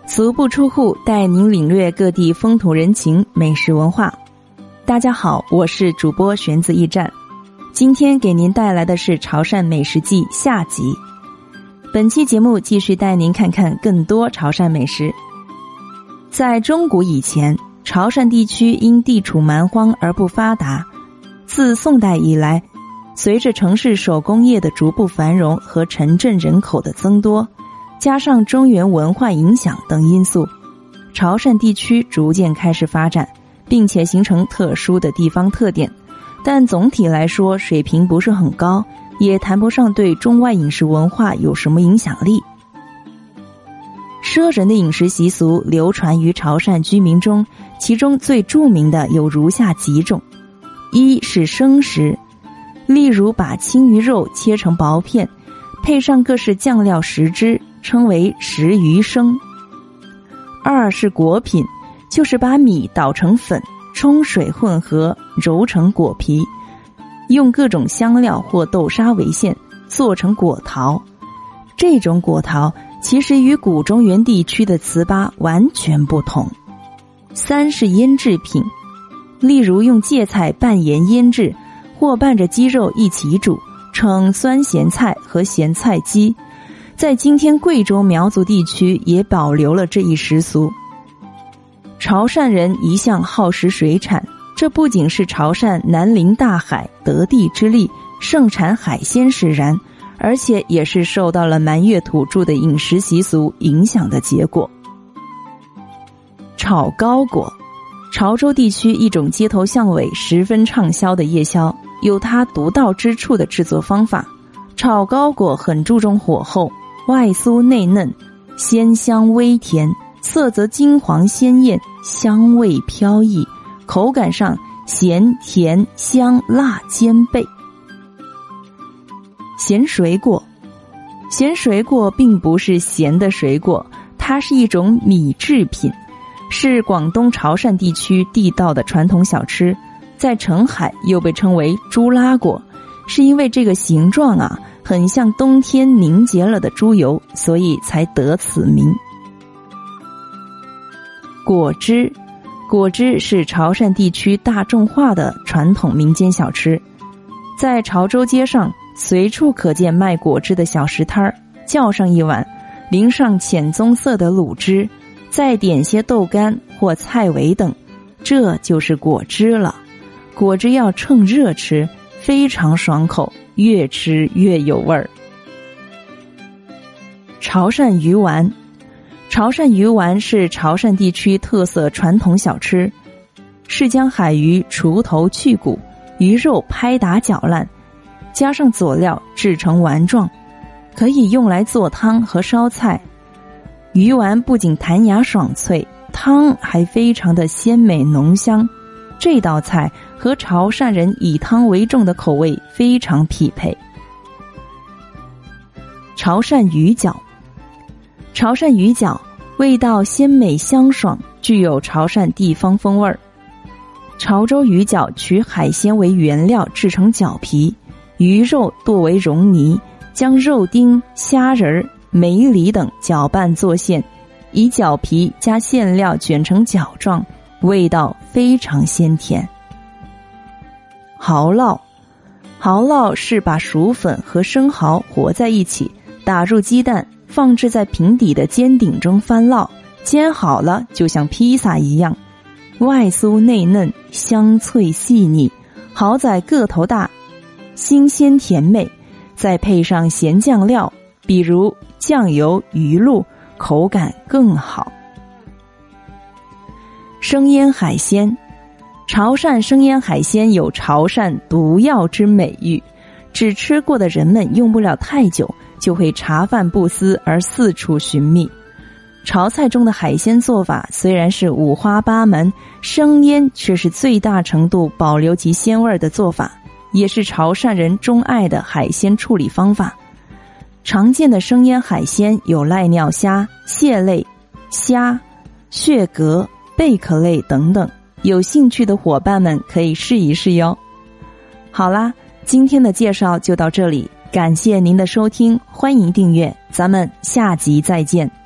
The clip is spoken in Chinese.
足不出户，带您领略各地风土人情、美食文化。大家好，我是主播玄子驿站，今天给您带来的是潮汕美食记下集。本期节目继续带您看看更多潮汕美食。在中古以前，潮汕地区因地处蛮荒而不发达。自宋代以来，随着城市手工业的逐步繁荣和城镇人口的增多，加上中原文化影响等因素，潮汕地区逐渐开始发展，并且形成特殊的地方特点，但总体来说水平不是很高，也谈不上对中外饮食文化有什么影响力。畲人的饮食习俗流传于潮汕居民中，其中最著名的有如下几种。一是生食，例如把青鱼肉切成薄片，配上各式酱料食之，称为食鱼生。二是果品，就是把米捣成粉，冲水混合，揉成果皮，用各种香料或豆沙为馅，做成果桃。这种果桃其实与古中原地区的糍粑完全不同。三是腌制品，例如用芥菜拌盐腌制，或拌着鸡肉一起煮，称酸咸菜和咸菜鸡。在今天贵州苗族地区也保留了这一习俗。潮汕人一向好食水产，这不仅是潮汕南临大海，得地之利，盛产海鲜使然，而且也是受到了蛮越土著的饮食习俗影响的结果。炒糕果，潮州地区一种街头巷尾十分畅销的夜宵，有它独到之处的制作方法。炒糕果很注重火候，外酥内嫩，鲜香微甜，色泽金黄鲜艳，香味飘逸，口感上咸甜香辣兼备。咸水果，咸水果并不是咸的水果，它是一种米制品，是广东潮汕地区地道的传统小吃，在澄海又被称为猪拉果，是因为这个形状很像冬天凝结了的猪油，所以才得此名。果汁，果汁是潮汕地区大众化的传统民间小吃，在潮州街上随处可见卖果汁的小食摊儿，叫上一碗，淋上浅棕色的卤汁，再点些豆干或菜尾等，这就是果汁了。果汁要趁热吃，非常爽口，越吃越有味儿。潮汕鱼丸，潮汕鱼丸是潮汕地区特色传统小吃，是将海鱼除头去骨，鱼肉拍打搅烂，加上佐料制成丸状，可以用来做汤和烧菜。鱼丸不仅弹牙爽脆，汤还非常的鲜美浓香，这道菜和潮汕人以汤为重的口味非常匹配。潮汕鱼饺，潮汕鱼饺味道鲜美香爽，具有潮汕地方风味儿。潮州鱼饺取海鲜为原料制成饺皮，鱼肉剁为蓉泥，将肉丁、虾仁、梅梨等搅拌做馅，以饺皮加馅料卷成饺状，味道非常鲜甜。蚝烙，蚝烙是把薯粉和生蚝和在一起，打入鸡蛋，放置在平底的煎顶中翻烙，煎好了就像披萨一样，外酥内嫩，香脆细腻，蚝仔个头大，新鲜甜美，再配上咸酱料，比如酱油、鱼露，口感更好。生腌海鲜，潮汕生腌海鲜有潮汕毒药之美誉，只吃过的人们用不了太久，就会茶饭不思而四处寻觅。潮菜中的海鲜做法虽然是五花八门，生腌却是最大程度保留其鲜味的做法，也是潮汕人钟爱的海鲜处理方法。常见的生腌海鲜有赖尿虾、蟹类、虾、血蛤、贝壳类等等，有兴趣的伙伴们可以试一试哟。好啦，今天的介绍就到这里，感谢您的收听，欢迎订阅，咱们下集再见。